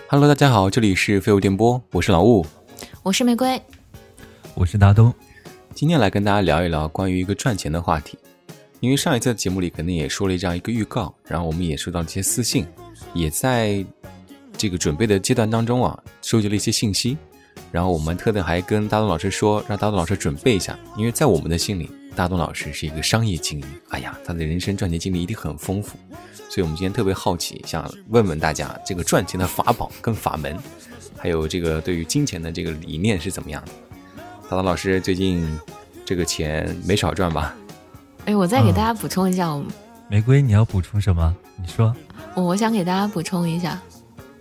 Hello， 大家好，这里是废物电波，我是老雾， 我是玫瑰， 我是大东。 今天来跟大家聊一聊关于一个赚钱的话题。因为上一次的节目里肯定也说了这样一个预告，然后我们也收到了一些私信，也在这个准备的阶段当中啊，收集了一些信息，然后我们特地还跟大东老师说，让大东老师准备一下，因为在我们的心里，大东老师是一个商业精英，哎呀，他的人生赚钱经历一定很丰富，所以我们今天特别好奇，想问问大家这个赚钱的法宝跟法门，还有这个对于金钱的这个理念是怎么样的。大东老师最近这个钱没少赚吧？ 我再给大家补充一下， 玫瑰，你要补充什么？你说。 我想给大家补充一下，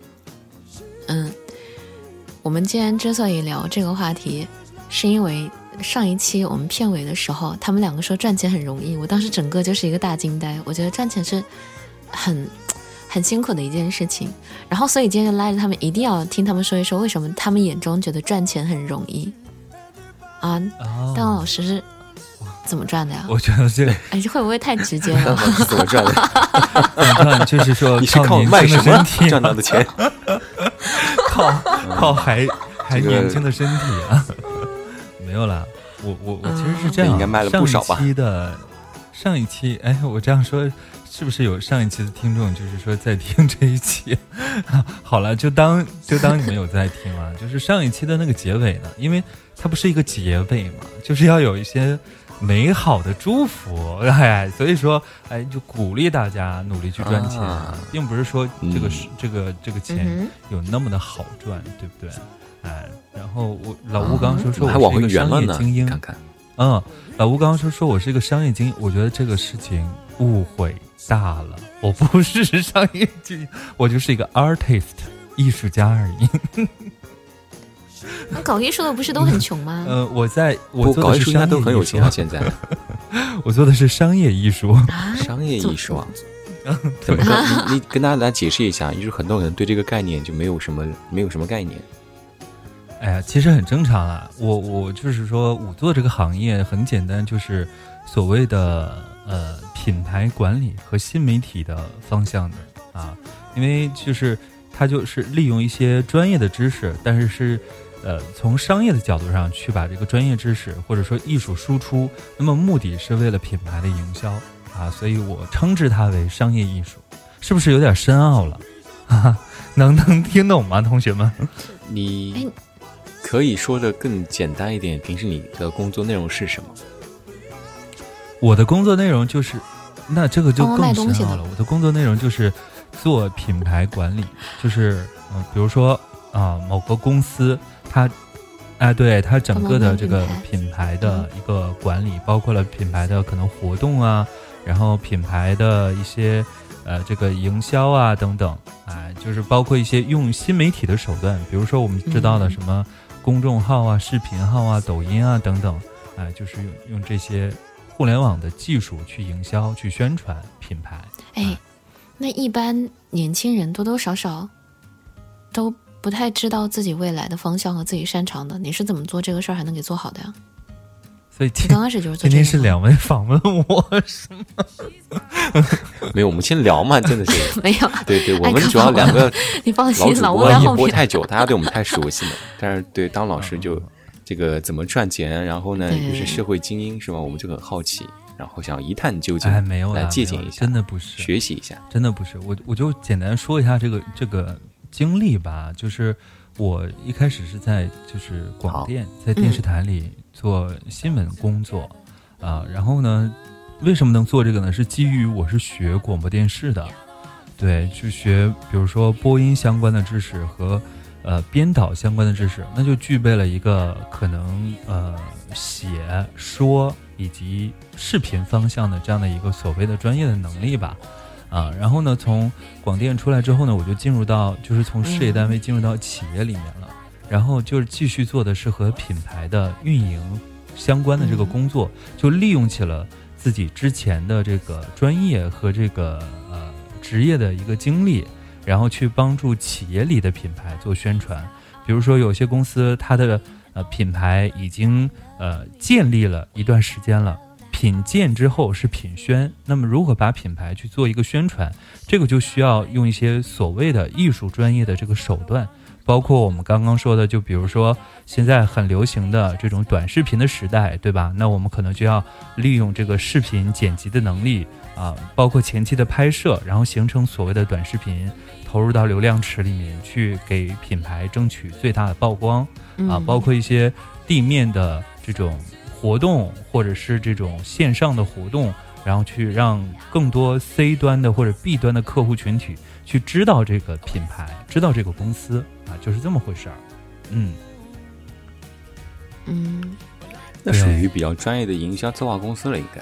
我们今天之所以聊这个话题，是因为上一期我们片尾的时候，他们两个说赚钱很容易，我当时整个就是一个大惊呆。我觉得赚钱是很辛苦的一件事情，然后所以今天就拉着他们一定要听他们说一说为什么他们眼中觉得赚钱很容易啊。大王老师是怎么赚的呀？ 我觉得这个会不会太直接了？ 怎么赚的？ 赚就是说你是靠卖什么赚到的钱？ 靠还年轻的身体啊？没有啦，我其实是这样， 应该卖了不少吧？ 上一期，我这样说是不是有上一期的听众就是说在听这一期？好了，就当你们有在听了。就是上一期的那个结尾呢，因为它不是一个结尾嘛，就是要有一些美好的祝福，所以说就鼓励大家努力去赚钱，并不是说这个钱有那么的好赚，对不对？然后老吴刚刚说我是一个商业精英， 看看， 老吴刚刚说我是一个商业精英，我觉得这个事情误会大了，我不是商业精英，我就是一个 artist 艺术家而已。 那搞艺术的不是都很穷吗？ 我做搞艺术应该都很有钱啊，现在。 我做的是商业艺术。 商业艺术啊？怎么你跟大家来解释一下，就是很多人对这个概念就没有什么概念。 其实很正常啦。我就是说，我做这个行业很简单，就是所谓的品牌管理和新媒体的方向的啊，因为就是它就是利用一些专业的知识，但是从商业的角度上去把这个专业知识或者说艺术输出，那么目的是为了品牌的营销啊，所以我称之它为商业艺术，是不是有点深奥了？能听懂吗，同学们？ 你可以说的更简单一点，平时你的工作内容是什么？ 我的工作内容就是，那这个就更深奥了。我的工作内容就是做品牌管理，就是比如说某个公司它对它整个的这个品牌的一个管理，包括了品牌的可能活动啊，然后品牌的一些这个营销啊等等，就是包括一些用新媒体的手段，比如说我们知道的什么公众号啊、视频号啊、抖音啊等等，就是用这些互联网的技术去营销、去宣传品牌。 那一般年轻人多多少少都不太知道自己未来的方向和自己擅长的，你是怎么做这个事儿还能给做好的呀？ 所以你刚开始就是做这个。 今天是两位访问我是吗？ 没有，我们先聊嘛，真的是没有。 对，我们主要两个你放心， 老吴在后面播太久，大家对我们太熟悉了。但是对当老师就这个怎么赚钱，然后呢又是社会精英是吧？我们就很好奇，然后想一探究竟， 没有来借鉴一下， 真的不是学习一下， 真的不是。我就简单说一下这个经历吧，就是我一开始是在就是广电，在电视台里做新闻工作然后呢，为什么能做这个呢？是基于我是学广播电视的，对，去学比如说播音相关的知识和编导相关的知识，那就具备了一个可能写说以及视频方向的这样的一个所谓的专业的能力吧。然后呢，从广电出来之后呢，我就进入到就是从事业单位进入到企业里面了，然后就是继续做的是和品牌的运营相关的这个工作，就利用起了自己之前的这个专业和这个职业的一个经历，然后去帮助企业里的品牌做宣传。比如说有些公司它的品牌已经建立了一段时间了， 品鉴之后是品宣，那么如何把品牌去做一个宣传，这个就需要用一些所谓的艺术专业的这个手段，包括我们刚刚说的，就比如说现在很流行的这种短视频的时代，对吧？那我们可能就要利用这个视频剪辑的能力啊，包括前期的拍摄，然后形成所谓的短视频，投入到流量池里面去，给品牌争取最大的曝光啊，包括一些地面的这种活动，或者是这种线上的活动，然后去让更多 C 端的或者 B 端的客户群体去知道这个品牌，知道这个公司啊，就是这么回事儿。 那属于比较专业的营销策划公司了，应该。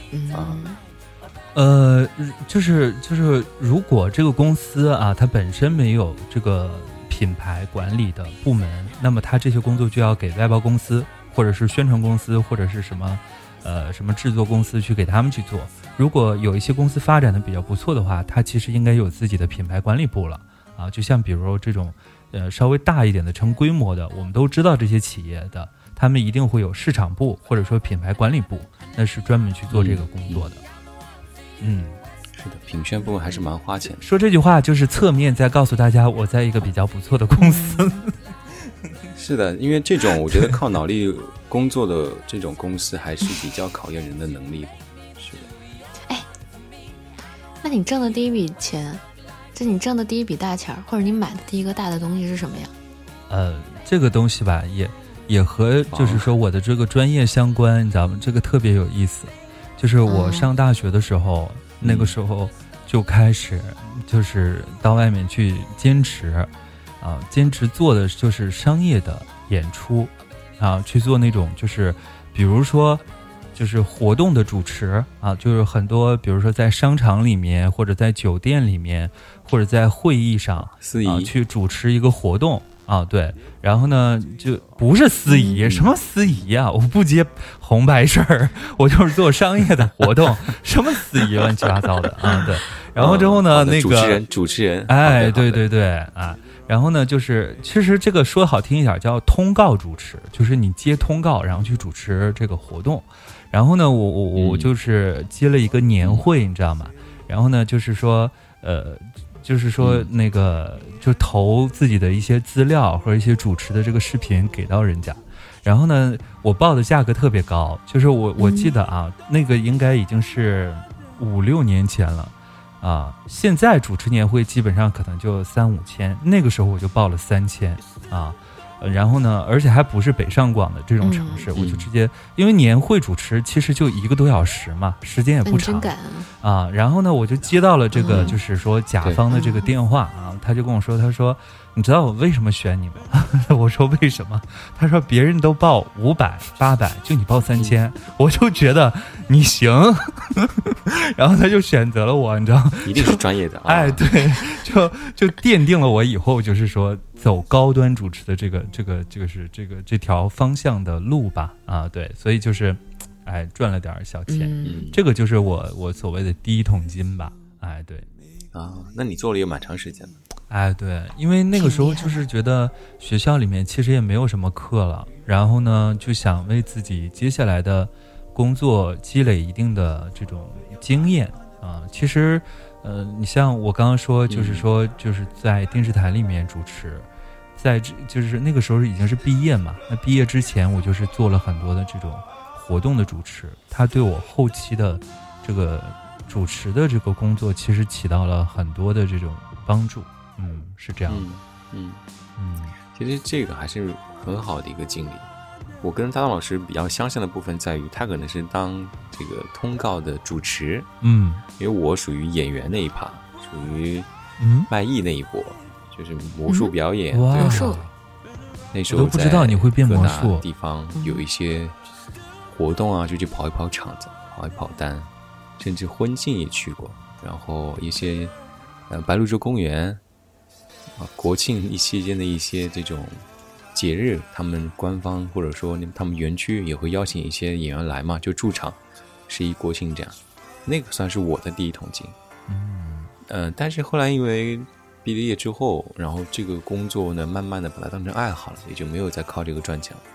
就是如果这个公司啊，它本身没有这个品牌管理的部门，那么它这些工作就要给外包公司，或者是宣传公司，或者是什么制作公司去给他们去做。如果有一些公司发展的比较不错的话，它其实应该有自己的品牌管理部了啊。就像比如这种稍微大一点的成规模的，我们都知道这些企业的，他们一定会有市场部或者说品牌管理部，那是专门去做这个工作的。 是的，品宣部门还是蛮花钱的。 说这句话就是侧面在告诉大家，我在一个比较不错的公司。 是的，因为这种我觉得靠脑力工作的这种公司还是比较考验人的能力的。是的。 那你挣的第一笔钱，就你挣的第一笔大钱，或者你买的第一个大的东西是什么呀？ 这个东西吧，也和就是说我的这个专业相关，你知道吗？这个特别有意思。就是我上大学的时候，那个时候就开始就是到外面去兼职啊，兼职做的就是商业的演出啊，去做那种就是比如说就是活动的主持啊，就是很多比如说在商场里面，或者在酒店里面，或者在会议上司仪去主持一个活动啊，对，然后呢就不是司仪，什么司仪啊，我不接红白事儿，我就是做商业的活动，什么司仪乱七八糟的啊，对，然后之后呢，那个主持人， 哎，对对对啊，然后呢就是其实这个说好听一点叫通告主持，就是你接通告然后去主持这个活动，然后呢我就是接了一个年会，你知道吗？然后呢就是说那个就投自己的一些资料或者一些主持的这个视频给到人家，然后呢我报的价格特别高，就是我记得啊，那个应该已经是5-6年前了啊，现在主持年会基本上可能就3-5千，那个时候我就报了3000啊。然后呢，而且还不是北上广的这种城市，我就直接，因为年会主持其实就1个多小时嘛，时间也不长啊。然后呢，我就接到了这个就是说甲方的这个电话啊，他就跟我说，他说你知道我为什么选你吗？我说为什么？他说别人都报500、800，就你报3000，我就觉得你行，然后他就选择了我，你知道， 一定是专业的， 哎，对，就奠定了我以后就是说走高端主持的这条方向的路吧，啊，对，所以就是哎赚了点小钱，这个就是我所谓的第一桶金吧，哎，对， 啊，那你做了也蛮长时间的。 哎，对，因为那个时候就是觉得学校里面其实也没有什么课了，然后呢就想为自己接下来的工作积累一定的这种经验啊。其实你像我刚刚说，就是说就是在电视台里面主持，在就是那个时候已经是毕业嘛，那毕业之前我就是做了很多的这种活动的主持，它对我后期的这个主持的这个工作其实起到了很多的这种帮助。是这样的。 其实这个还是很好的一个经历。我跟搭档老师比较相像的部分在于，他可能是当这个通告的主持，因为我属于演员那一趴，属于卖艺那一波，就是魔术表演。 魔术， 那时候我都不知道你会变魔术。 地方有一些活动啊，就去跑一跑场子，跑一跑单，甚至婚庆也去过，然后一些白鹭洲公园国庆期间的一些这种节日，他们官方或者说他们园区也会邀请一些演员来嘛，就驻场11国庆这样，那个算是我的第一桶金。但是后来因为毕了业之后，然后这个工作呢慢慢的把它当成爱好了，也就没有再靠这个赚钱了。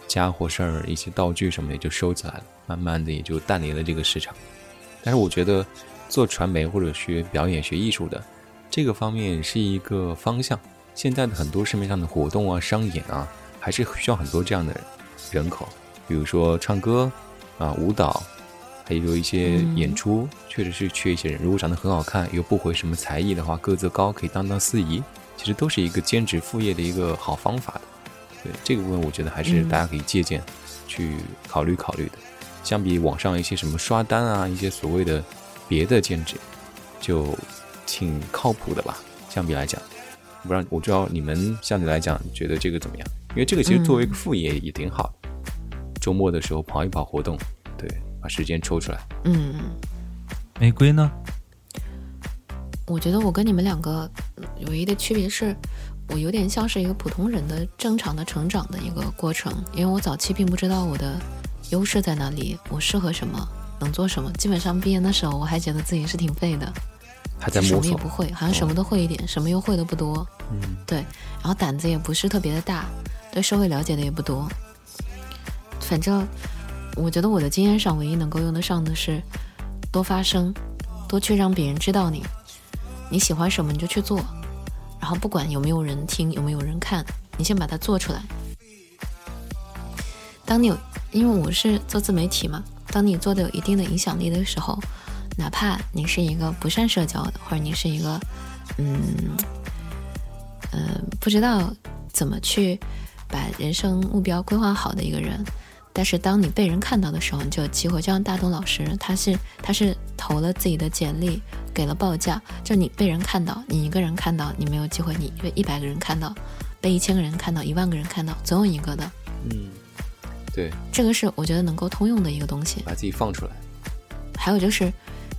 家伙事儿、一些道具什么的也就收起来了，慢慢的也就淡离了这个市场。但是我觉得做传媒或者学表演、学艺术的这个方面是一个方向。现在的很多市面上的活动啊、商演啊，还是需要很多这样的人口，比如说唱歌啊、舞蹈，还有一些演出，确实是缺一些人。如果长得很好看，又不会什么才艺的话，个子高，可以当司仪，其实都是一个兼职副业的一个好方法的。对这个部分，我觉得还是大家可以借鉴，去考虑考虑的。相比网上一些什么刷单啊，一些所谓的别的兼职，就挺靠谱的吧。相比来讲，我知道你们相对来讲觉得这个怎么样？因为这个其实作为一个副业也挺好的。周末的时候跑一跑活动，对，把时间抽出来。 玫瑰呢？ 我觉得我跟你们两个唯一的区别是，我有点像是一个普通人的正常的成长的一个过程，因为我早期并不知道我的优势在哪里，我适合什么，能做什么。基本上毕业那时候我还觉得自己是挺废的， 还在摸索， 什么也不会，好像什么都会一点，什么又会的不多。对，然后胆子也不是特别的大，对社会了解的也不多。反正我觉得我的经验上唯一能够用得上的是多发声，多去让别人知道你喜欢什么你就去做，然后不管有没有人听，有没有人看，你先把它做出来。因为我是做自媒体嘛，当你做的有一定的影响力的时候，哪怕你是一个不善社交的，或者你是一个不知道怎么去把人生目标规划好的一个人，但是当你被人看到的时候，你就有机会。就像大东老师，他是投了自己的简历，给了报价，就你被人看到，你一个人看到你没有机会，你被100个人看到，被1000个人看到，10000个人看到，总有一个的。 对， 这个是我觉得能够通用的一个东西， 把自己放出来。 还有就是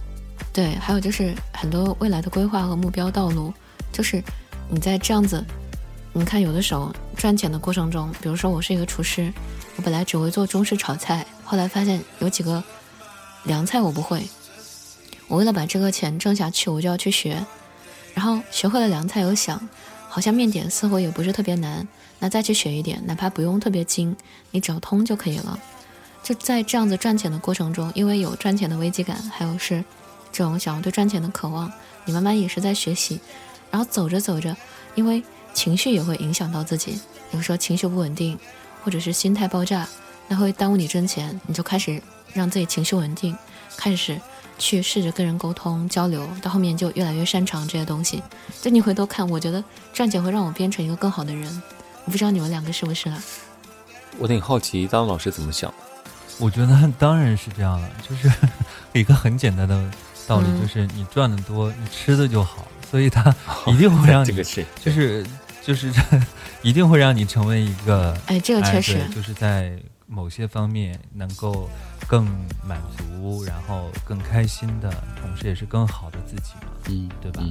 很多未来的规划和目标道路，就是你在这样子，你看有的时候赚钱的过程中，比如说我是一个厨师，我本来只会做中式炒菜，后来发现有几个凉菜我不会，我为了把这个钱挣下去，我就要去学，然后学会了凉菜，又想好像面点似乎也不是特别难，那再去学一点，哪怕不用特别精，你只要通就可以了。就在这样子赚钱的过程中，因为有赚钱的危机感，还有是这种想要对赚钱的渴望，你慢慢也是在学习，然后走着走着，因为情绪也会影响到自己，有时候情绪不稳定，或者是心态爆炸，那会耽误你挣钱，你就开始让自己情绪稳定，开始去试着跟人沟通交流，到后面就越来越擅长这些东西。就你回头看，我觉得赚钱会让我变成一个更好的人，我不知道你们两个是不是啊？ 我挺好奇当老师怎么想。 我觉得当然是这样的，就是一个很简单的道理，就是你赚的多，你吃的就好，所以他一定会让你， 这个是就是一定会让你成为一个， 这个确实， 就是在某些方面能够更满足，然后更开心的同时也是更好的自己嘛，对吧？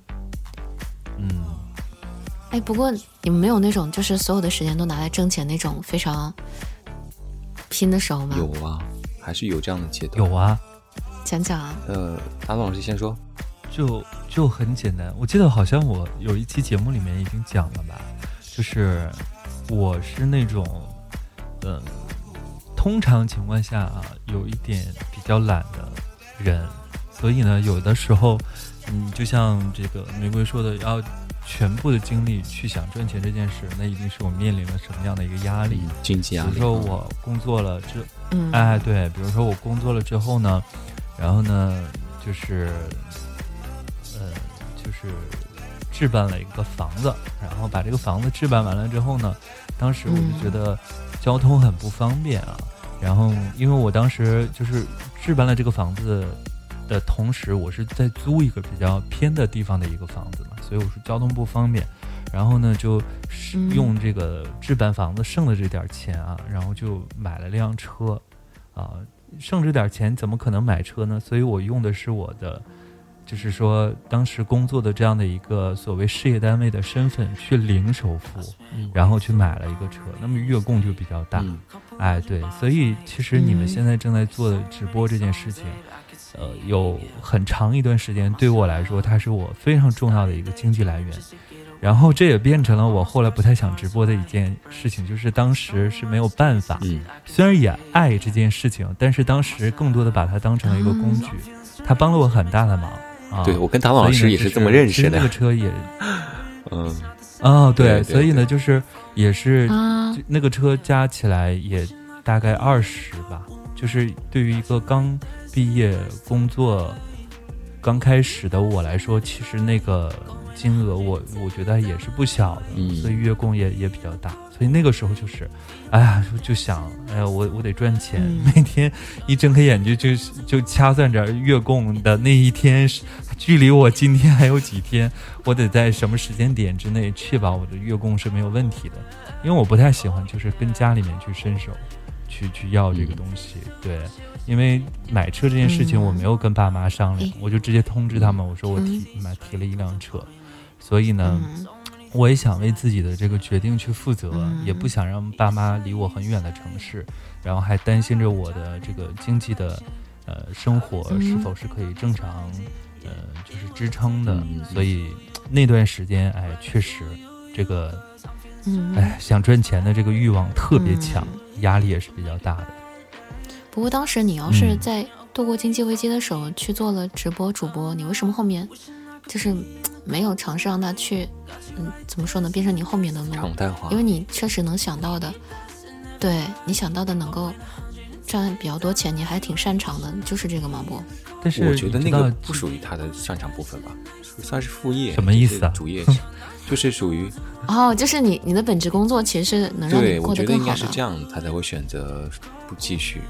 不过你们没有那种就是所有的时间都拿来挣钱那种非常拼的时候吗？ 有啊，还是有这样的阶段。 有啊， 讲讲啊。 大东老师先说。 就很简单，我记得好像我有一期节目里面已经讲了吧，就是我是那种通常情况下有一点比较懒的人，所以呢有的时候就像这个玫瑰说的，要全部的精力去想赚钱这件事，那一定是我面临了什么样的一个压力， 经济压力。 比如说我工作了对，比如说我工作了之后呢，然后呢就是置办了一个房子，然后把这个房子置办完了之后呢，当时我就觉得交通很不方便啊。然后因为我当时就是置办了这个房子的同时，我是在租一个比较偏的地方的一个房子嘛，所以我说交通不方便。然后呢，就用这个置办房子剩的这点钱啊，然后就买了辆车啊。剩这点钱怎么可能买车呢？所以我用的是我的，就是说当时工作的这样的一个所谓事业单位的身份去零首付，然后去买了一个车，那么月供就比较大。对，所以其实你们现在正在做的直播这件事情，有很长一段时间对我来说，它是我非常重要的一个经济来源。 然后这也变成了我后来不太想直播的一件事情，就是当时是没有办法，虽然也爱这件事情，但是当时更多的把它当成了一个工具，它帮了我很大的忙啊。 对，我跟唐老师也是这么认识的。 那个车也， 对， 所以呢，就是也是那个车加起来也大概20吧，就是对于一个刚毕业工作刚开始的我来说，其实那个金额我觉得也是不小的，所以月供也比较大，所以那个时候就是哎呀就想哎呀我得赚钱，每天一睁开眼就掐算着月供的那一天距离我今天还有几天，我得在什么时间点之内确保我的月供是没有问题的，因为我不太喜欢就是跟家里面去伸手去要这个东西，对，因为买车这件事情我没有跟爸妈商量，我就直接通知他们，我说我提了一辆车，所以呢，我也想为自己的这个决定去负责，也不想让爸妈离我很远的城市，然后还担心着我的这个经济的生活是否是可以正常就是支撑的，所以那段时间哎确实这个想赚钱的这个欲望特别强，压力也是比较大的。 不过当时你要是在度过经济危机的时候去做了直播主播，你为什么后面就是没有尝试让他去怎么说呢，变成你后面的路常态化？ 因为你确实能想到的，对你想到的能够赚比较多钱，你还挺擅长的，就是这个嘛不？ 但是我觉得那个不属于他的擅长部分吧，算是副业。 什么意思啊？ 主业就是属于就是你的本职工作其实是能让你过得更好的。对，我觉得应该是这样，他才会选择不继续。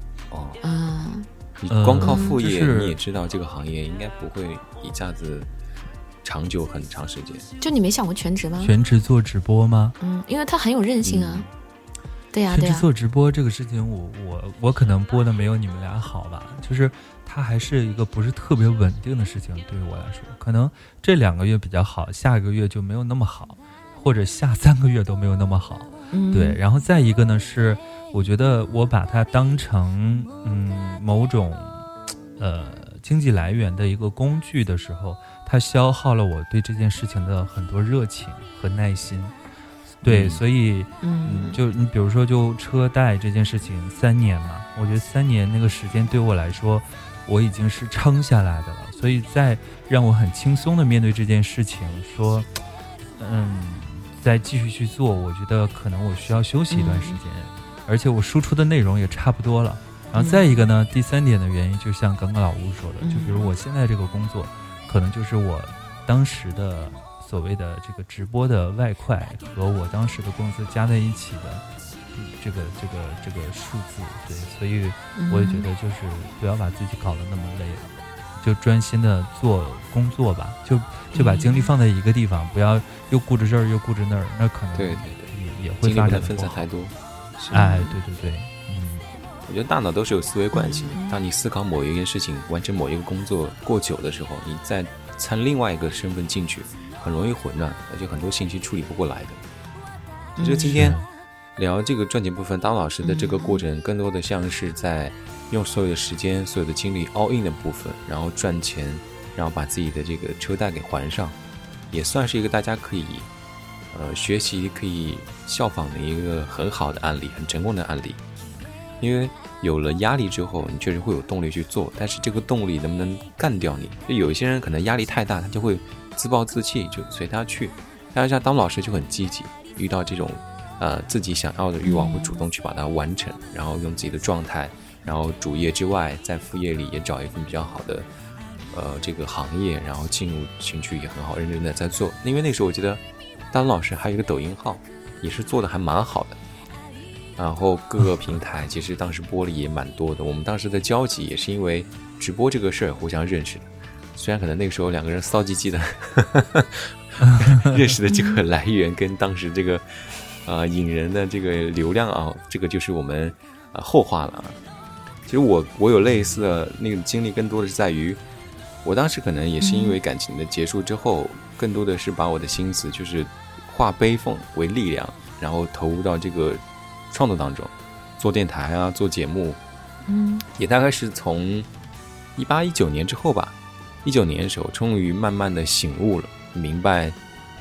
你光靠副业，你也知道这个行业应该不会一下子长久很长时间。 就你没想过全职吗？ 全职做直播吗？ 因为他很有韧性啊。对呀， 全职做直播这个事情，我可能播的没有你们俩好吧，就是它还是一个不是特别稳定的事情，对于我来说，可能这2个月比较好，下个月就没有那么好，或者下3个月都没有那么好。对，然后再一个呢是，我觉得我把它当成某种经济来源的一个工具的时候，它消耗了我对这件事情的很多热情和耐心。对，所以就你比如说就车贷这件事情3年嘛，我觉得3年那个时间对我来说我已经是撑下来的了，所以再让我很轻松的面对这件事情，说再继续去做，我觉得可能我需要休息一段时间，而且我输出的内容也差不多了。然后再一个呢，第3点的原因就像刚刚老吴说的，就比如我现在这个工作可能就是我当时的所谓的这个直播的外快和我当时的工资加在一起的这个数字，对，所以我也觉得就是不要把自己搞得那么累了，就专心的做工作吧，就把精力放在一个地方，不要又顾着这儿又顾着那儿，那可能也会发展分散太多。 哎，对， 我觉得大脑都是有思维惯性的，当你思考某一件事情，完成某一个工作过久的时候，你再掺另外一个身份进去，很容易混乱，而且很多信息处理不过来的。其实今天聊这个赚钱部分，当老师的这个过程更多的像是在用所有的时间所有的精力 all in 的部分，然后赚钱，然后把自己的这个车贷给还上，也算是一个大家可以学习可以效仿的一个很好的案例，很成功的案例。因为有了压力之后，你确实会有动力去做，但是这个动力能不能干掉你？就有一些人可能压力太大，他就会自暴自弃，就随他去。但是像当老师就很积极，遇到这种自己想要的欲望，会主动去把它完成，然后用自己的状态，然后主业之外，在副业里也找一份比较好的这个行业，然后进入兴趣也很好，认真的在做。因为那时候我记得当老师还有一个抖音号，也是做的还蛮好的。然后各个平台其实当时播了也蛮多的，我们当时的交集也是因为直播这个事儿互相认识的，虽然可能那个时候2个人骚唧唧的认识的这个来源跟当时这个引人的这个流量啊，这个就是我们后话了。其实我有类似的那个经历，更多的是在于我当时可能也是因为感情的结束之后，更多的是把我的心思就是化悲愤为力量，然后投入到这个创作当中，做电台啊，做节目，也大概是从18、19年之后吧，19年的时候，终于慢慢的醒悟了，明白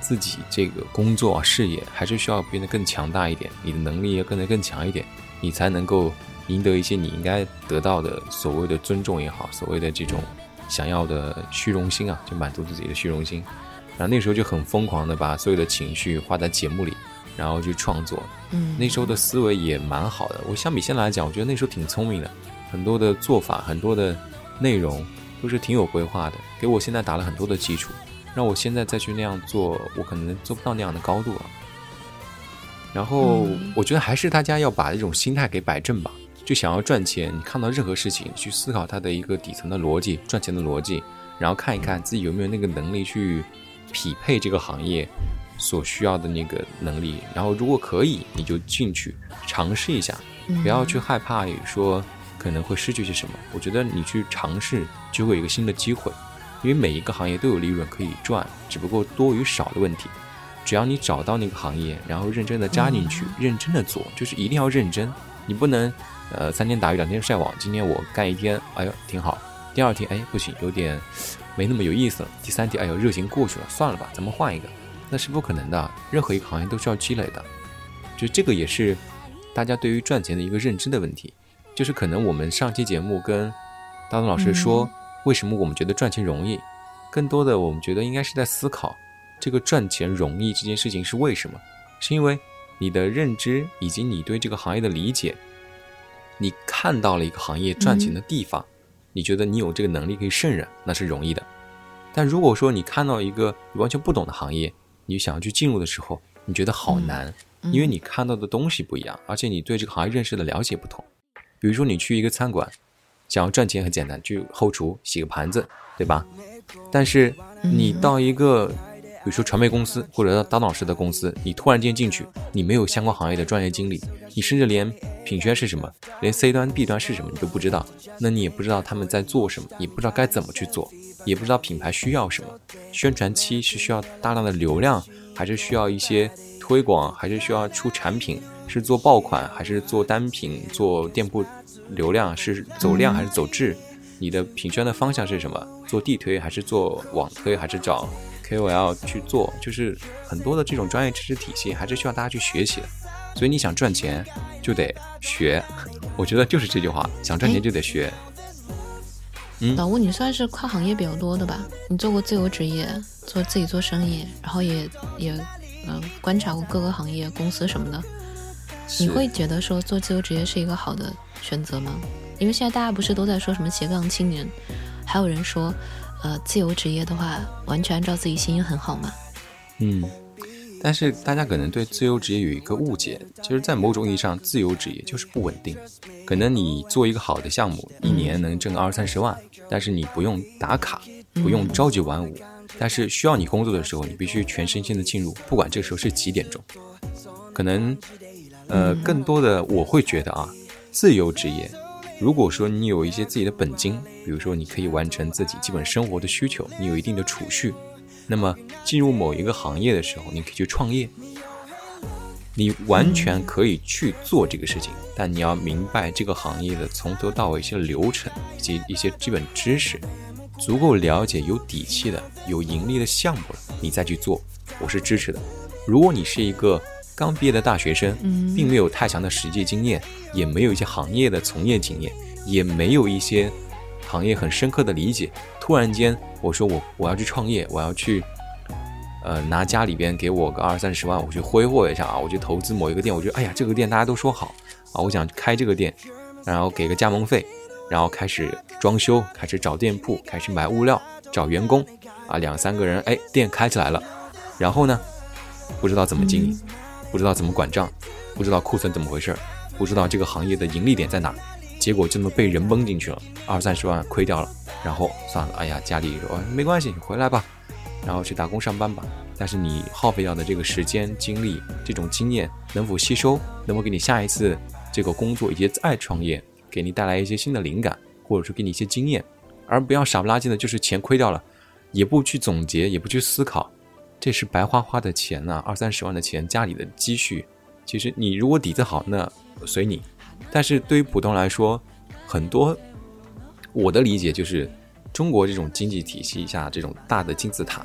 自己这个工作事业还是需要变得更强大一点，你的能力要变得更强一点，你才能够赢得一些你应该得到的所谓的尊重也好，所谓的这种想要的虚荣心啊，就满足自己的虚荣心。然后那时候就很疯狂的把所有的情绪花在节目里，然后去创作。那时候的思维也蛮好的，我相比现在来讲，我觉得那时候挺聪明的，很多的做法，很多的内容都是挺有规划的，给我现在打了很多的基础，让我现在再去那样做，我可能做不到那样的高度了。然后我觉得还是大家要把这种心态给摆正吧，就想要赚钱，你看到任何事情去思考它的一个底层的逻辑，赚钱的逻辑，然后看一看自己有没有那个能力去匹配这个行业所需要的那个能力，然后如果可以你就进去尝试一下，不要去害怕说可能会失去些什么。我觉得你去尝试就会有一个新的机会，因为每一个行业都有利润可以赚，只不过多与少的问题。只要你找到那个行业，然后认真的扎进去，认真的做，就是一定要认真。你不能3天打鱼2天晒网，今天我干1天，哎呦挺好，第2天哎不行，有点没那么有意思了，第3天哎呦热情过去了，算了吧，咱们换一个，那是不可能的。任何一个行业都需要积累的，就这个也是大家对于赚钱的一个认知的问题。就是可能我们上期节目跟大东老师说，为什么我们觉得赚钱容易，更多的我们觉得应该是在思考这个赚钱容易这件事情是为什么，是因为你的认知以及你对这个行业的理解，你看到了一个行业赚钱的地方，你觉得你有这个能力可以胜任，那是容易的。但如果说你看到一个你完全不懂的行业，你想要去进入的时候，你觉得好难，因为你看到的东西不一样，而且你对这个行业认识的了解不同。比如说你去一个餐馆，想要赚钱很简单，去后厨洗个盘子，对吧？但是你到一个比如说传媒公司或者当老师的公司，你突然间进去，你没有相关行业的专业经历，你甚至连品宣是什么，连 C 端 B 端是什么你都不知道，那你也不知道他们在做什么，也不知道该怎么去做，也不知道品牌需要什么，宣传期是需要大量的流量，还是需要一些推广，还是需要出产品，是做爆款还是做单品，做店铺流量，是走量还是走质，你的品宣的方向是什么，做地推还是做网推，还是找KOL 去做，就是很多的这种专业知识体系还是需要大家去学习的。所以你想赚钱就得学，我觉得就是这句话，想赚钱就得学。 老吴，你算是跨行业比较多的吧？你做过自由职业，自己做生意，然后也观察过各个行业公司什么的。你会觉得说做自由职业是一个好的选择吗？因为现在大家不是都在说什么斜杠青年，还有人说自由职业的话完全按照自己心意很好嘛。 但是大家可能对自由职业有一个误解，就是在某种意义上自由职业就是不稳定。可能你做一个好的项目1年能挣20-30万，但是你不用打卡，不用朝9晚5，但是需要你工作的时候你必须全身心的进入，不管这个时候是几点钟。可能更多的我会觉得啊，自由职业如果说你有一些自己的本金，比如说你可以完成自己基本生活的需求，你有一定的储蓄，那么进入某一个行业的时候你可以去创业，你完全可以去做这个事情，但你要明白这个行业的从头到尾一些流程以及一些基本知识，足够了解有底气的有盈利的项目了，你再去做，我是支持的。如果你是一个刚毕业的大学生，并没有太强的实际经验，也没有一些行业的从业经验，也没有一些行业很深刻的理解，突然间我说我要去创业，我要去拿家里边给我个20-30万，我去挥霍一下啊，我去投资某一个店，我觉得哎呀这个店大家都说好啊，我想开这个店，然后给个加盟费，然后开始装修，开始找店铺，开始买物料，找员工啊，2-3个人，哎，店开起来了，然后呢不知道怎么经营，不知道怎么管账，不知道库存怎么回事，不知道这个行业的盈利点在哪，结果这么被人崩进去了，20-30万亏掉了，然后算了，哎呀家里说没关系你回来吧，然后去打工上班吧。但是你耗费掉的这个时间精力这种经验能否吸收，能否给你下一次这个工作以及再创业给你带来一些新的灵感，或者说给你一些经验，而不要傻不拉几的就是钱亏掉了也不去总结也不去思考，这是白花花的钱啊，20-30万的钱，家里的积蓄，其实你如果底子好那随你，但是对于普通来说，很多我的理解就是中国这种经济体系下这种大的金字塔，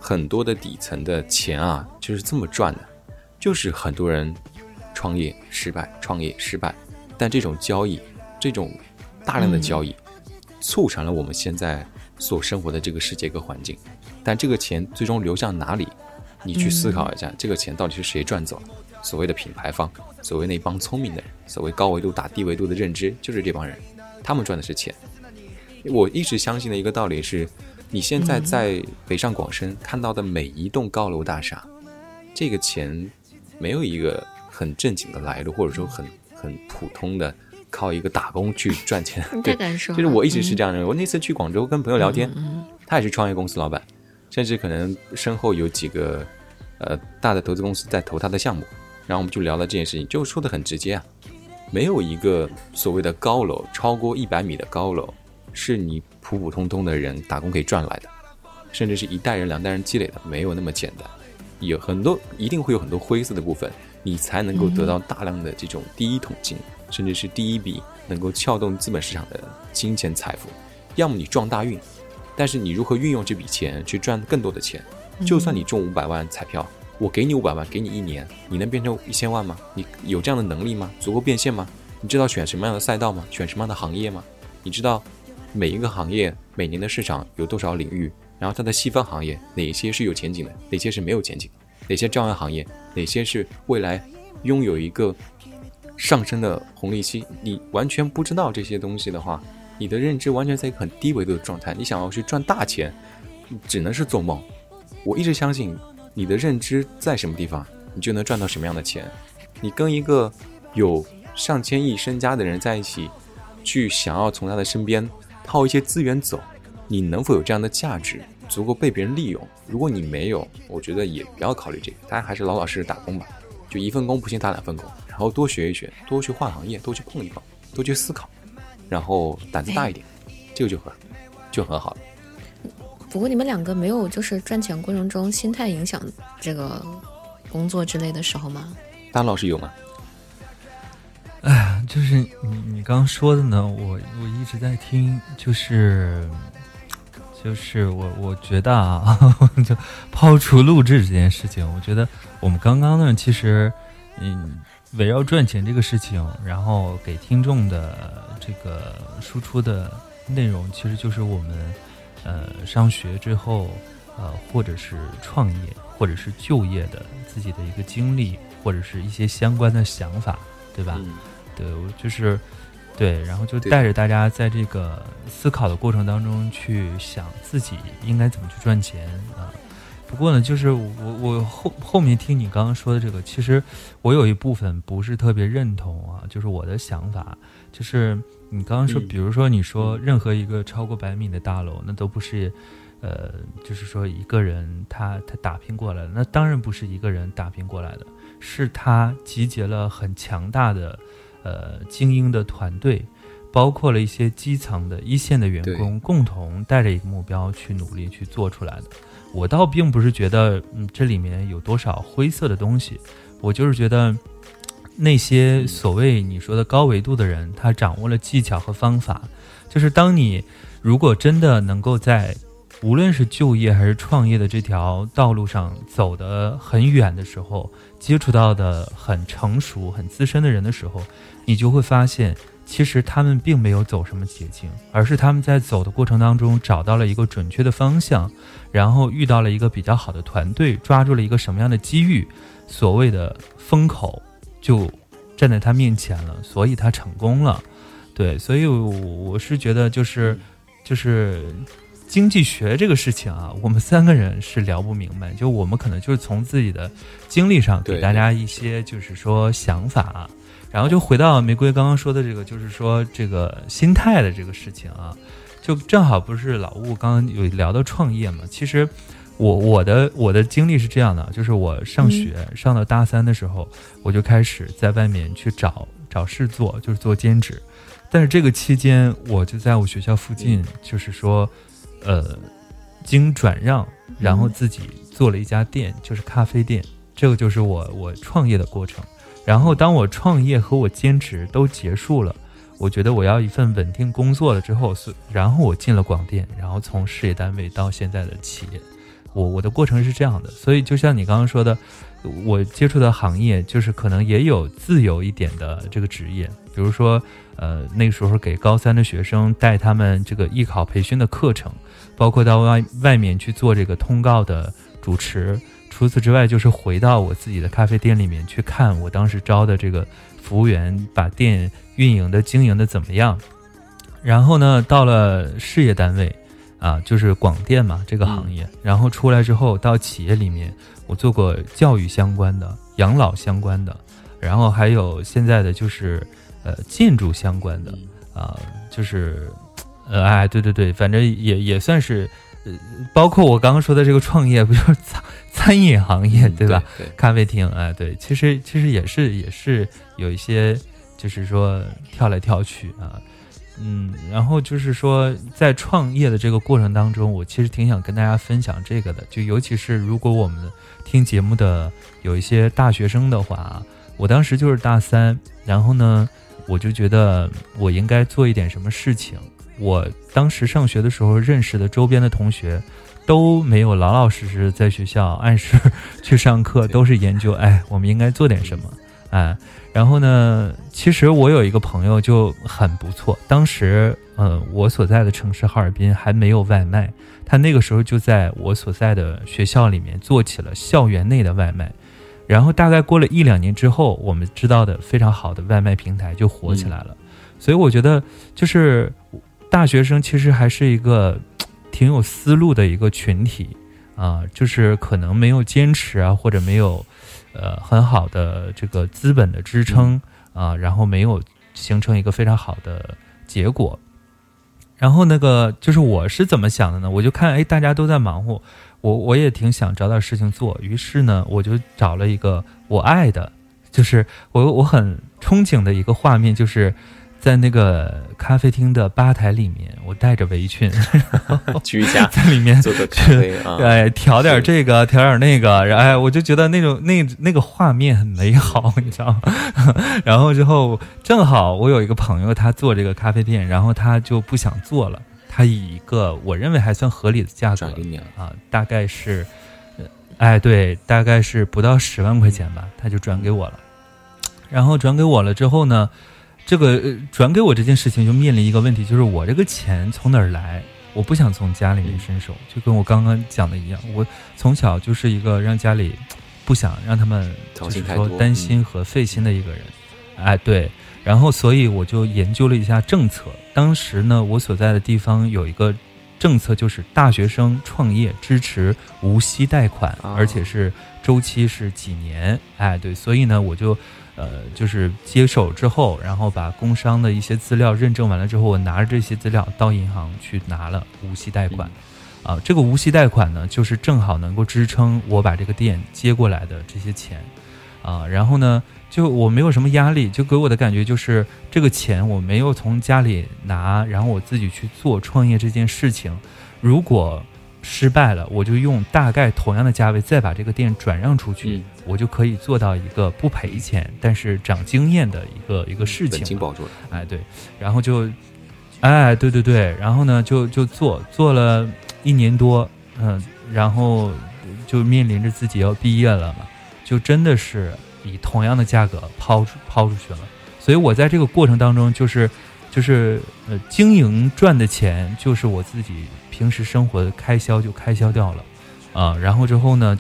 很多的底层的钱啊，就是这么赚的，就是很多人创业失败，但这种交易，这种大量的交易，促成了我们现在所生活的这个世界和环境。但这个钱最终流向哪里？你去思考一下，这个钱到底是谁赚走了？所谓的品牌方，所谓那帮聪明的人，所谓高维度打低维度的认知，就是这帮人，他们赚的是钱。我一直相信的一个道理是，你现在在北上广深看到的每一栋高楼大厦，这个钱没有一个很正经的来路，或者说很普通的靠一个打工去赚钱。 太敢说了， 就是我一直是这样的人。我那次去广州跟朋友聊天，他也是创业公司老板，甚至可能身后有几个大的投资公司在投他的项目。然后我们就聊到这件事情，就说的很直接啊，没有一个所谓的高楼超过100米的高楼是你普普通通的人打工可以赚来的，甚至是1代人2代人积累的，没有那么简单。有很多一定会有很多灰色的部分，你才能够得到大量的这种第一桶金，甚至是第一笔能够撬动资本市场的金钱财富。要么你撞大运，但是你如何运用这笔钱去赚更多的钱？就算你中500万彩票，我给你500万，给你1年，你能变成1000万吗？你有这样的能力吗？足够变现吗？你知道选什么样的赛道吗？选什么样的行业吗？你知道每一个行业每年的市场有多少领域，然后它的细分行业哪些是有前景的，哪些是没有前景的，哪些朝阳行业，哪些是未来拥有一个上升的红利期？你完全不知道这些东西的话，你的认知完全在一个很低维度的状态，你想要去赚大钱只能是做梦。我一直相信你的认知在什么地方，你就能赚到什么样的钱。你跟一个有上千亿身家的人在一起，去想要从他的身边套一些资源走，你能否有这样的价值，足够被别人利用？如果你没有，我觉得也不要考虑这个，大家还是老老实实打工吧，就一份工不行打2份工，然后多学一学，多去换行业，多去碰一碰，多去思考，然后胆子大一点，这个就很好了。 不过你们两个没有就是赚钱过程中心态影响这个工作之类的时候吗？ 大老师有吗？ 哎呀，就是你刚刚说的呢，我一直在听，就是我觉得啊，就抛除录制这件事情，我觉得我们刚刚呢，其实围绕赚钱这个事情，然后给听众的这个输出的内容，其实就是我们上学之后或者是创业或者是就业的自己的一个经历，或者是一些相关的想法，对吧？对，我就是对，然后就带着大家在这个思考的过程当中去想自己应该怎么去赚钱啊。不过呢，就是我后面听你刚刚说的这个，其实我有一部分不是特别认同啊，就是我的想法，就是你刚刚说，比如说你说任何一个超过100米的大楼，那都不是就是说一个人他打拼过来的，那当然不是一个人打拼过来的，是他集结了很强大的精英的团队，包括了一些基层的一线的员工，共同带着一个目标去努力去做出来的。我倒并不是觉得这里面有多少灰色的东西，我就是觉得那些所谓你说的高维度的人，他掌握了技巧和方法，就是当你如果真的能够在无论是就业还是创业的这条道路上走得很远的时候，接触到的很成熟很资深的人的时候，你就会发现其实他们并没有走什么捷径，而是他们在走的过程当中找到了一个准确的方向，然后遇到了一个比较好的团队，抓住了一个什么样的机遇，所谓的风口就站在他面前了，所以他成功了。对，所以我是觉得就是经济学这个事情啊，我们3个人是聊不明白，就我们可能就是从自己的经历上给大家一些就是说想法，然后就回到玫瑰刚刚说的这个，就是说这个心态的这个事情啊，就正好不是老吴刚刚有聊到创业嘛，其实我的经历是这样的，就是我上学上到大3的时候，我就开始在外面去找事做，就是做兼职，但是这个期间我就在我学校附近，就是说经转让，然后自己做了一家店，就是咖啡店，这个就是我创业的过程。然后当我创业和我兼职都结束了，我觉得我要一份稳定工作了之后，然后我进了广电，然后从事业单位到现在的企业， 我的过程是这样的。所以就像你刚刚说的，我接触的行业就是可能也有自由一点的这个职业，比如说那个时候给高3的学生带他们这个艺考培训的课程，包括到外面去做这个通告的主持。除此之外，就是回到我自己的咖啡店里面去看我当时招的这个服务员把店运营的经营的怎么样。然后呢，到了事业单位啊，就是广电嘛这个行业，然后出来之后到企业里面，我做过教育相关的、养老相关的，然后还有现在的就是建筑相关的就是对对对，反正也算是包括我刚刚说的这个创业，不就是餐饮行业对吧？ 对， 咖啡厅对，其实也是有一些就是说跳来跳去然后就是说在创业的这个过程当中，我其实挺想跟大家分享这个的，就尤其是如果我们听节目的有一些大学生的话，我当时就是大3，然后呢我就觉得我应该做一点什么事情。我当时上学的时候认识的周边的同学都没有老老实实在学校按时去上课，都是研究我们应该做点什么然后呢，其实我有一个朋友就很不错，当时我所在的城市哈尔滨还没有外卖，他那个时候就在我所在的学校里面做起了校园内的外卖。然后大概过了1-2年之后，我们知道的非常好的外卖平台就火起来了。所以我觉得就是大学生其实还是一个挺有思路的一个群体就是可能没有坚持或者没有很好的这个资本的支撑然后没有形成一个非常好的结果。然后那个就是我是怎么想的呢？我就看大家都在忙活，我也挺想找点事情做，于是呢我就找了一个我爱的，就是我很憧憬的一个画面，就是在那个咖啡厅的吧台里面，我带着围裙居家在里面做个咖啡调点这个调点那个，然后我就觉得那个画面很美好，你知道吗？然后之后正好我有一个朋友他做这个咖啡店，然后他就不想做了，他以一个我认为还算合理的价格转给你了大概是对，大概是不到10万块钱吧，他就转给我了。然后转给我了之后呢，这个转给我这件事情就面临一个问题，就是我这个钱从哪儿来？我不想从家里面伸手，就跟我刚刚讲的一样，我从小就是一个让家里不想让他们就是说担心和费心的一个人对。然后所以我就研究了一下政策，当时呢我所在的地方有一个政策，就是大学生创业支持无息贷款而且是周期是几年对，所以呢我就就是接手之后，然后把工商的一些资料认证完了之后，我拿着这些资料到银行去拿了无息贷款这个无息贷款呢就是正好能够支撑我把这个店接过来的这些钱然后呢就我没有什么压力，就给我的感觉就是这个钱我没有从家里拿，然后我自己去做创业这件事情，如果失败了，我就用大概同样的价位再把这个店转让出去我就可以做到一个不赔钱但是长经验的一个事情， 本金保住了对，然后就对对对，然后呢就做了1年多然后就面临着自己要毕业了嘛，就真的是以同样的价格抛出去了。所以我在这个过程当中就是经营赚的钱就是我自己平时生活的开销就开销掉了然后之后呢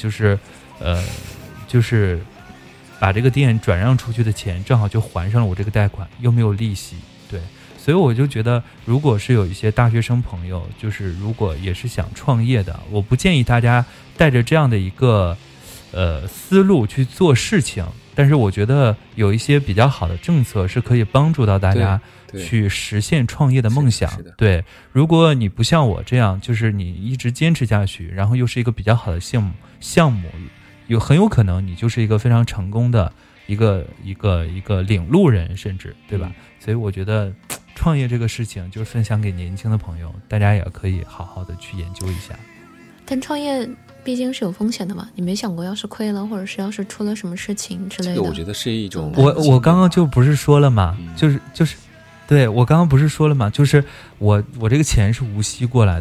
就是把这个店转让出去的钱正好就还上了我这个贷款，又没有利息。对，所以我就觉得如果是有一些大学生朋友，就是如果也是想创业的，我不建议大家带着这样的一个思路去做事情，但是我觉得有一些比较好的政策是可以帮助到大家去实现创业的梦想。对，如果你不像我这样，就是你一直坚持下去，然后又是一个比较好的项目，很有可能你就是一个非常成功的一个领路人，甚至对吧？所以我觉得创业这个事情就是分享给年轻的朋友，大家也可以好好的去研究一下。 但创业毕竟是有风险的嘛，你没想过要是亏了，或者是要是出了什么事情之类的？ 这个我觉得是一种我刚刚就不是说了嘛，就是对，我刚刚不是说了嘛，就是我这个钱是无息过来的，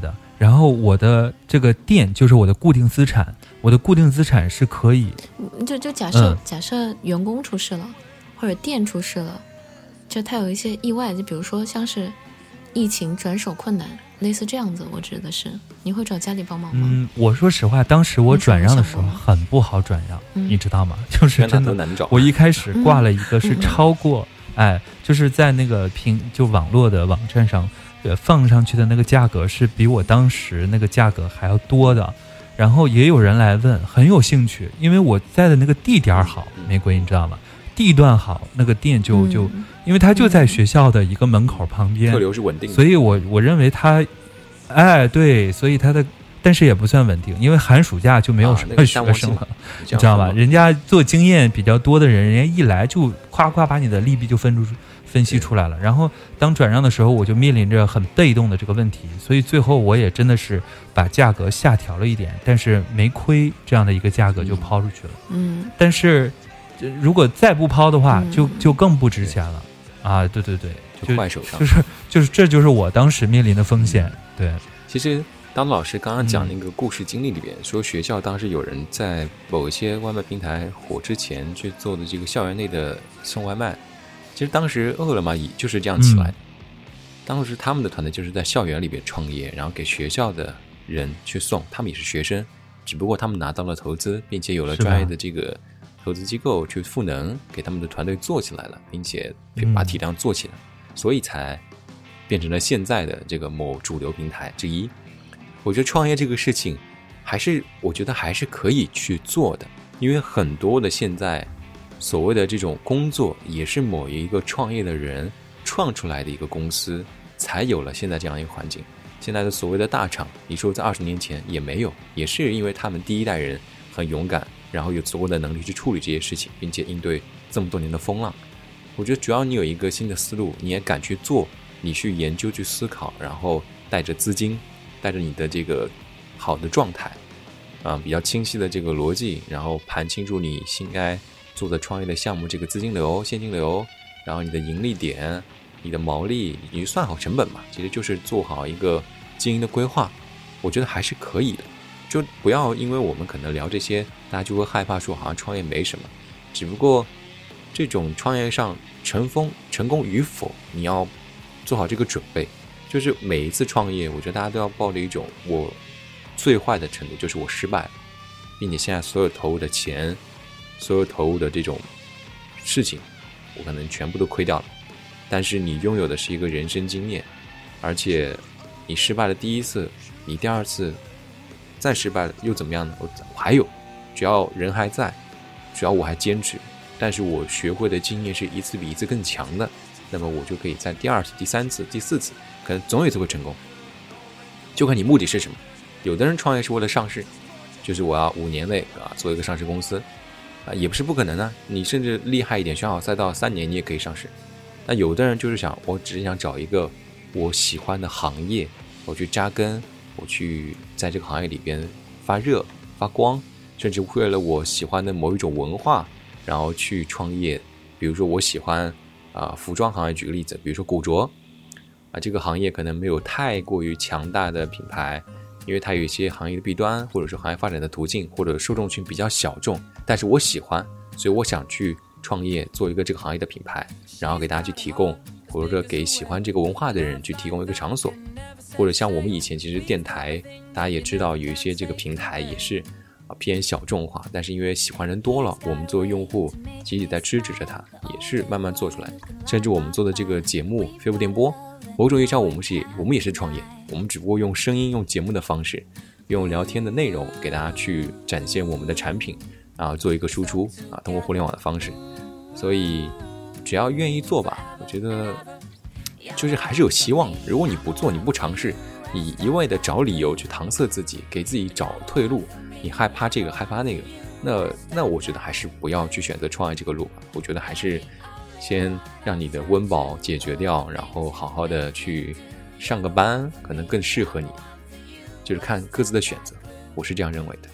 然后我的这个店就是我的固定资产，我的固定资产是可以， 就假设员工出事了，或者店出事了，就他有一些意外，就比如说像是疫情转手困难，类似这样子，我指的是你会找家里帮忙吗？ 我说实话，当时我转让的时候很不好转让，你知道吗？就是真的，我一开始挂了一个是超过，就是在那个就网络的网站上，放上去的那个价格是比我当时那个价格还要多的。然后也有人来问，很有兴趣，因为我在的那个地点好，玫瑰你知道吗？地段好，那个店就因为它就在学校的一个门口旁边， 客流是稳定的， 所以我认为它，对，所以它的但是也不算稳定，因为寒暑假就没有什么学生了，你知道吧？人家做经验比较多的人家一来就夸把你的利弊就分析出来了。然后当转让的时候，我就面临着很被动的这个问题，所以最后我也真的是把价格下调了一点，但是没亏这样的一个价格就抛出去了。但是如果再不抛的话，就更不值钱了啊！对， 就坏手上， 就是这就是我当时面临的风险。对， 其实当老师刚刚讲那个故事经历里边，说学校当时有人在某一些外卖平台火之前去做的这个校园内的送外卖，其实当时饿了么也就是这样起来的。当时他们的团队就是在校园里边创业，然后给学校的人去送，他们也是学生，只不过他们拿到了投资，并且有了专业的这个投资机构去赋能，给他们的团队做起来了，并且把体量做起来，所以才变成了现在的这个某主流平台之一。我觉得创业这个事情我觉得还是可以去做的，因为很多的现在所谓的这种工作也是某一个创业的人创出来的一个公司才有了现在这样一个环境。现在的所谓的大厂，你说在20年前也没有，也是因为他们第一代人很勇敢，然后有足够的能力去处理这些事情，并且应对这么多年的风浪。我觉得只要你有一个新的思路，你也敢去做，你去研究去思考，然后带着资金，带着你的这个好的状态比较清晰的这个逻辑，然后盘清楚你应该做的创业的项目这个资金流、现金流，然后你的盈利点、你的毛利，你就算好成本嘛，其实就是做好一个经营的规划，我觉得还是可以的。就不要因为我们可能聊这些，大家就会害怕说好像创业没什么，只不过这种创业上成功与否，你要做好这个准备。就是每一次创业，我觉得大家都要抱着一种我最坏的程度就是我失败了，并且现在所有投入的钱，所有投入的这种事情，我可能全部都亏掉了。但是你拥有的是一个人生经验，而且你失败了第一次，你第二次再失败了又怎么样呢？我还有，只要人还在，只要我还坚持，但是我学会的经验是一次比一次更强的，那么我就可以在第二次、第三次、第四次，可能总有一次会成功。就看你目的是什么。有的人创业是为了上市，就是我要5年内做一个上市公司也不是不可能啊。你甚至厉害一点，选好赛道3年你也可以上市。那有的人就是我只是想找一个我喜欢的行业，我去扎根，我去在这个行业里边发热发光，甚至为了我喜欢的某一种文化，然后去创业。比如说我喜欢服装行业，举个例子，比如说古着这个行业可能没有太过于强大的品牌，因为它有一些行业的弊端，或者说行业发展的途径，或者受众群比较小众，但是我喜欢，所以我想去创业，做一个这个行业的品牌，然后给大家去提供，或者说给喜欢这个文化的人去提供一个场所。或者像我们以前其实电台大家也知道有一些这个平台也是偏小众化，但是因为喜欢人多了，我们作为用户其实也在支持着它，也是慢慢做出来。甚至我们做的这个节目飞步电波，某种意义上我们也是创业，我们只不过用声音用节目的方式，用聊天的内容给大家去展现我们的产品做一个输出通过互联网的方式。所以只要愿意做吧，我觉得就是还是有希望的。如果你不做，你不尝试，你一味的找理由去搪塞自己，给自己找退路，你害怕这个害怕那个，那我觉得还是不要去选择创业这个路吧。我觉得还是先让你的温饱解决掉，然后好好的去上个班，可能更适合你，就是看各自的选择，我是这样认为的。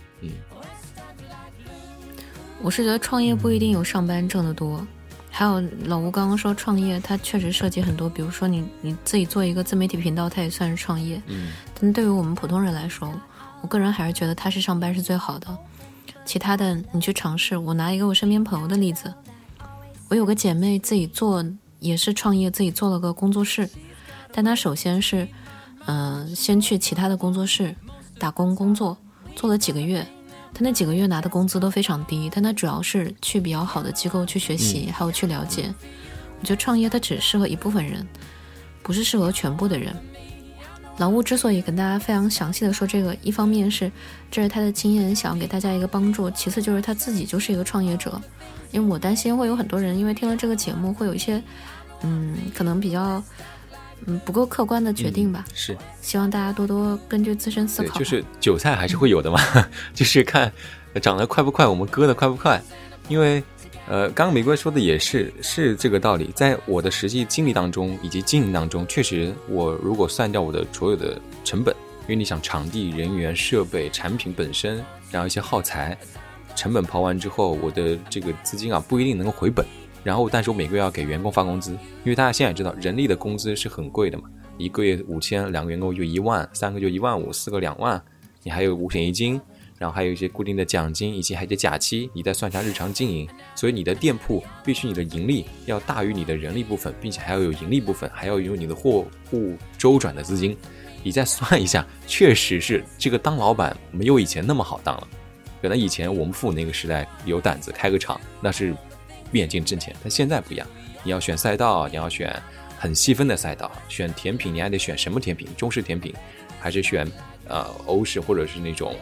我是觉得创业不一定有上班挣得多，还有老吴刚刚说创业它确实涉及很多，比如说你自己做一个自媒体频道，它也算是创业。 但对于我们普通人来说，我个人还是觉得踏实上班是最好的。其他的你去尝试。我拿一个我身边朋友的例子，我有个姐妹自己做，也是创业，自己做了个工作室，但她首先是先去其他的工作室打工工作，做了几个月，她那几个月拿的工资都非常低，但她主要是去比较好的机构去学习，还有去了解。我觉得创业它只适合一部分人，不是适合全部的人。老吴之所以跟大家非常详细的说这个，一方面是这是他的经验，想给大家一个帮助，其次就是他自己就是一个创业者。因为我担心会有很多人因为听了这个节目会有一些可能比较不够客观的决定吧。 是， 希望大家多多根据自身思考。 对，就是韭菜还是会有的嘛，就是看长得快不快，我们割的快不快。因为刚刚玫瑰说的也是这个道理，在我的实际经历当中以及经营当中，确实我如果算掉我的所有的成本，因为你想场地、人员、设备、产品本身，然后一些耗材成本刨完之后，我的这个资金不一定能够回本。然后但是我每个月要给员工发工资，因为大家现在也知道人力的工资是很贵的嘛，一个月5000，两个员工就1万，3个就15000，4个2万，你还有五险一金，然后还有一些固定的奖金，以及还有一些假期，你再算下日常经营，所以你的店铺必须你的盈利要大于你的人力部分，并且还要有盈利部分，还要有你的货物周转的资金。你再算一下，确实是这个当老板没有以前那么好当了。可能以前我们父母那个时代有胆子开个厂，那是闭眼睛挣钱，但现在不一样，你要选赛道，你要选很细分的赛道，选甜品你还得选什么甜品，中式甜品还是选欧式，或者是那种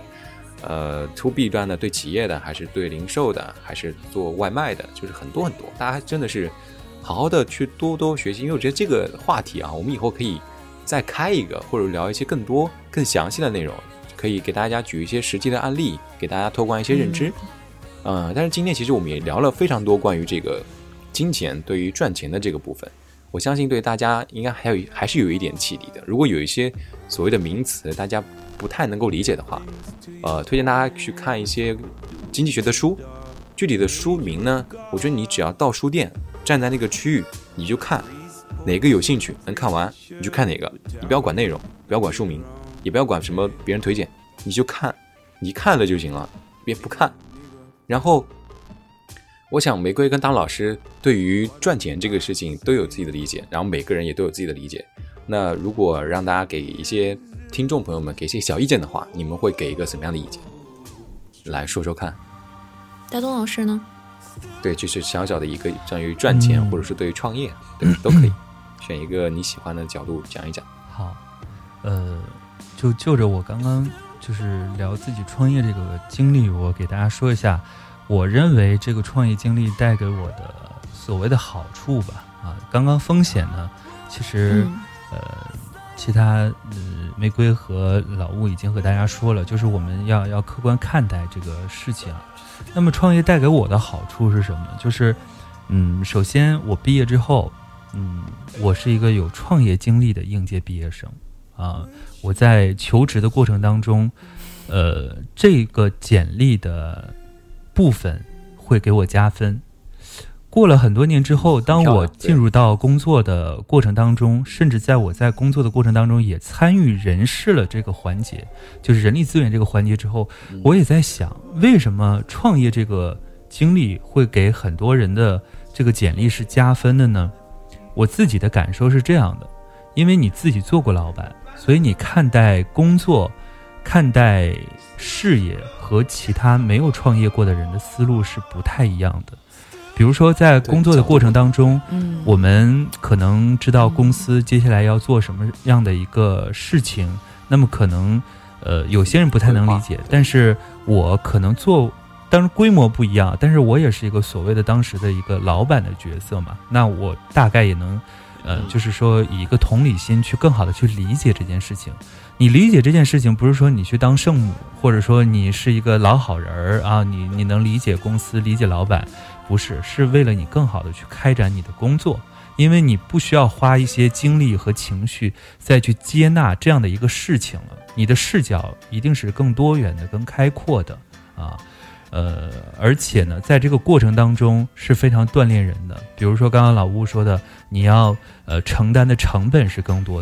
to B 端的，对企业的，还是对零售的，还是做外卖的，就是很多很多。大家真的是好好的去多多学习，因为我觉得这个话题我们以后可以再开一个，或者聊一些更多更详细的内容，可以给大家举一些实际的案例，给大家拓宽一些认知。但是今天其实我们也聊了非常多关于这个金钱对于赚钱的这个部分，我相信对大家应该还是有一点启迪的。如果有一些所谓的名词大家不太能够理解的话，推荐大家去看一些经济学的书。具体的书名呢，我觉得你只要到书店，站在那个区域，你就看哪个有兴趣能看完，你就看哪个，你不要管内容，不要管书名，也不要管什么别人推荐，你就看，你看了就行了，别不看。然后我想玫瑰跟当老师对于赚钱这个事情都有自己的理解，然后每个人也都有自己的理解。那如果让大家给一些听众朋友们给一些小意见的话，你们会给一个什么样的意见？来说说看。 大东老师呢？ 对， 就是小小的一个关于赚钱，或者是对于创业，对，都可以选一个你喜欢的角度讲一讲。 好，就着我刚刚就是聊自己创业这个经历，我给大家说一下，我认为这个创业经历带给我的所谓的好处吧。刚刚风险呢，其实其他玫瑰和老吴已经和大家说了，就是我们要客观看待这个事情。那么创业带给我的好处是什么？就是首先我毕业之后，我是一个有创业经历的应届毕业生我在求职的过程当中，这个简历的部分会给我加分。过了很多年之后，当我进入到工作的过程当中，甚至在我在工作的过程当中也参与人事了这个环节，就是人力资源这个环节之后，我也在想，为什么创业这个经历会给很多人的这个简历是加分的呢？我自己的感受是这样的，因为你自己做过老板，所以你看待工作、看待事业和其他没有创业过的人的思路是不太一样的。比如说在工作的过程当中，我们可能知道公司接下来要做什么样的一个事情，那么可能有些人不太能理解，但是我可能当然规模不一样，但是我也是一个所谓的当时的一个老板的角色嘛，那我大概也能就是说以一个同理心去更好的去理解这件事情。你理解这件事情不是说你去当圣母，或者说你是一个老好人你能理解公司理解老板，不是，是为了你更好的去开展你的工作，因为你不需要花一些精力和情绪再去接纳这样的一个事情了，你的视角一定是更多元的更开阔的而且呢在这个过程当中是非常锻炼人的。比如说刚刚老吴说的，你要承担的成本是更多的，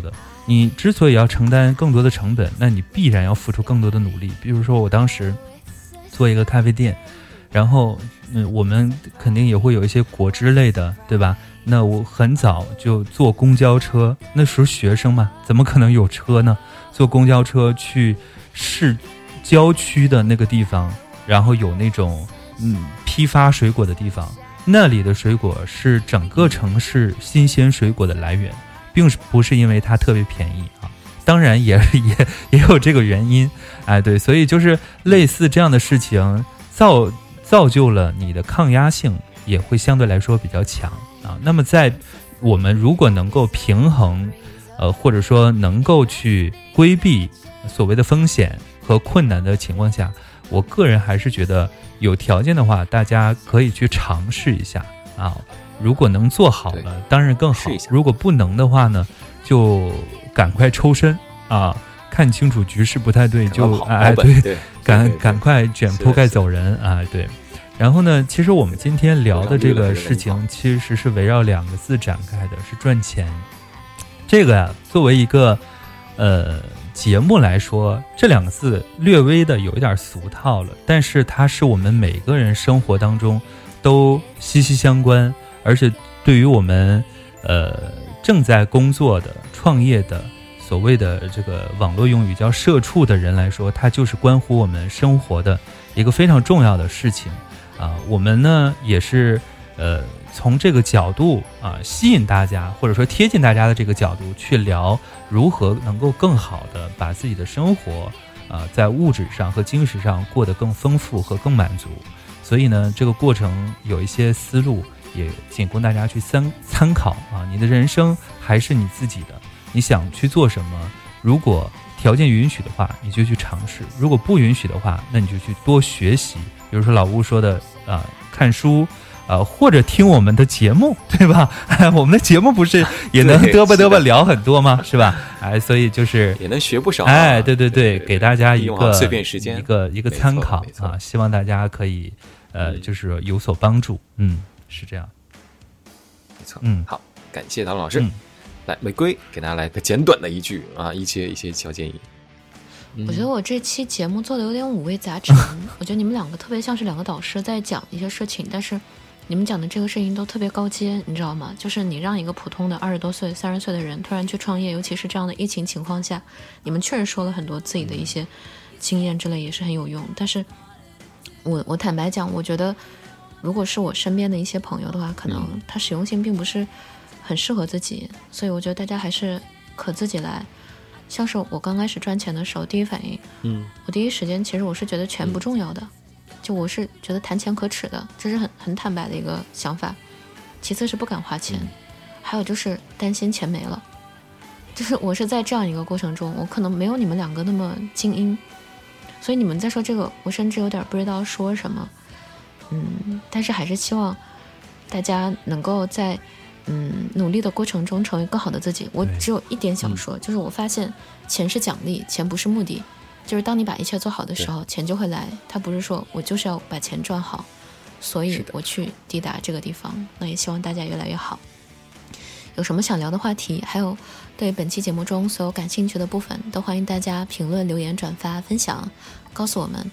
你之所以要承担更多的成本，那你必然要付出更多的努力。比如说我当时做一个咖啡店，然后我们肯定也会有一些果汁类的，对吧？那我很早就坐公交车，那时候学生嘛，怎么可能有车呢？坐公交车去市郊区的那个地方，然后有那种批发水果的地方，那里的水果是整个城市新鲜水果的来源，并不是因为它特别便宜啊，当然也有这个原因，哎，对，所以就是类似这样的事情造就了你的抗压性也会相对来说比较强啊。那么在我们如果能够平衡或者说能够去规避所谓的风险和困难的情况下，我个人还是觉得有条件的话大家可以去尝试一下啊。如果能做好了当然更好，如果不能的话呢，就赶快抽身啊，看清楚局势不太对就对，赶快卷铺盖走人啊，对。然后呢，其实我们今天聊的这个事情其实是围绕2个字展开的，是赚钱。这个作为一个节目来说，这2个字略微的有一点俗套了，但是它是我们每个人生活当中都息息相关，而且对于我们正在工作的创业的所谓的这个网络用语叫社畜的人来说，它就是关乎我们生活的一个非常重要的事情啊。我们呢也是从这个角度啊吸引大家，或者说贴近大家的这个角度去聊如何能够更好的把自己的生活在物质上和精神上过得更丰富和更满足。所以呢，这个过程有一些思路也仅供大家去参考啊。你的人生还是你自己的，你想去做什么，如果条件允许的话你就去尝试，如果不允许的话那你就去多学习，比如说老吴说的看书或者听我们的节目，对吧？我们的节目不是也能嘚吧聊很多吗？是吧？哎，所以就是也能学不少。 哎，对，给大家一个碎片时间， 一个参考啊，希望大家可以就是有所帮助。是这样。 没错。好，感谢唐老师。来，玫瑰给大家来个简短的一句啊，一些小建议。 我觉得我这期节目做的有点五味杂陈，我觉得你们2个特别像是2个导师在讲一些事情，但是你们讲的这个事情都特别高阶，你知道吗？就是你让一个普通的20多岁、30岁的人突然去创业，尤其是这样的疫情情况下，你们确实说了很多自己的一些经验之类，也是很有用。但是我坦白讲，我觉得如果是我身边的一些朋友的话，可能它实用性并不是很适合自己，所以我觉得大家还是可自己来。像是我刚开始赚钱的时候，第一反应，我第一时间其实我是觉得钱不重要的，就我是觉得谈钱可耻的，这是很坦白的一个想法。其次是不敢花钱，还有就是担心钱没了。就是我是在这样一个过程中，我可能没有你们2个那么精英，所以你们在说这个，我甚至有点不知道说什么。但是还是希望大家能够在努力的过程中成为更好的自己。我只有一点想说，就是我发现钱是奖励，钱不是目的。就是当你把一切做好的时候，钱就会来。他不是说我就是要把钱赚好，所以我去抵达这个地方。那也希望大家越来越好。有什么想聊的话题，还有对本期节目中所有感兴趣的部分，都欢迎大家评论、留言、转发、分享，告诉我们。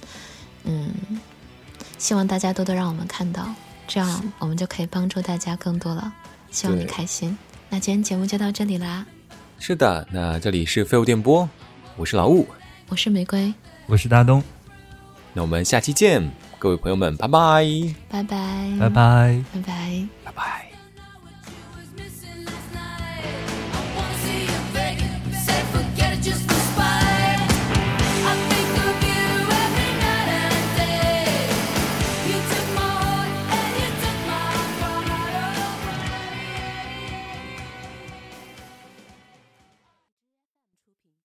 希望大家多多让我们看到，这样我们就可以帮助大家更多了。希望你开心。那今天节目就到这里啦。 是的，那这里是废物电波，我是老吴， 我是玫瑰， 我是大东。 那我们下期见，各位朋友们，拜拜， 拜拜， 拜拜， 拜拜， 拜拜。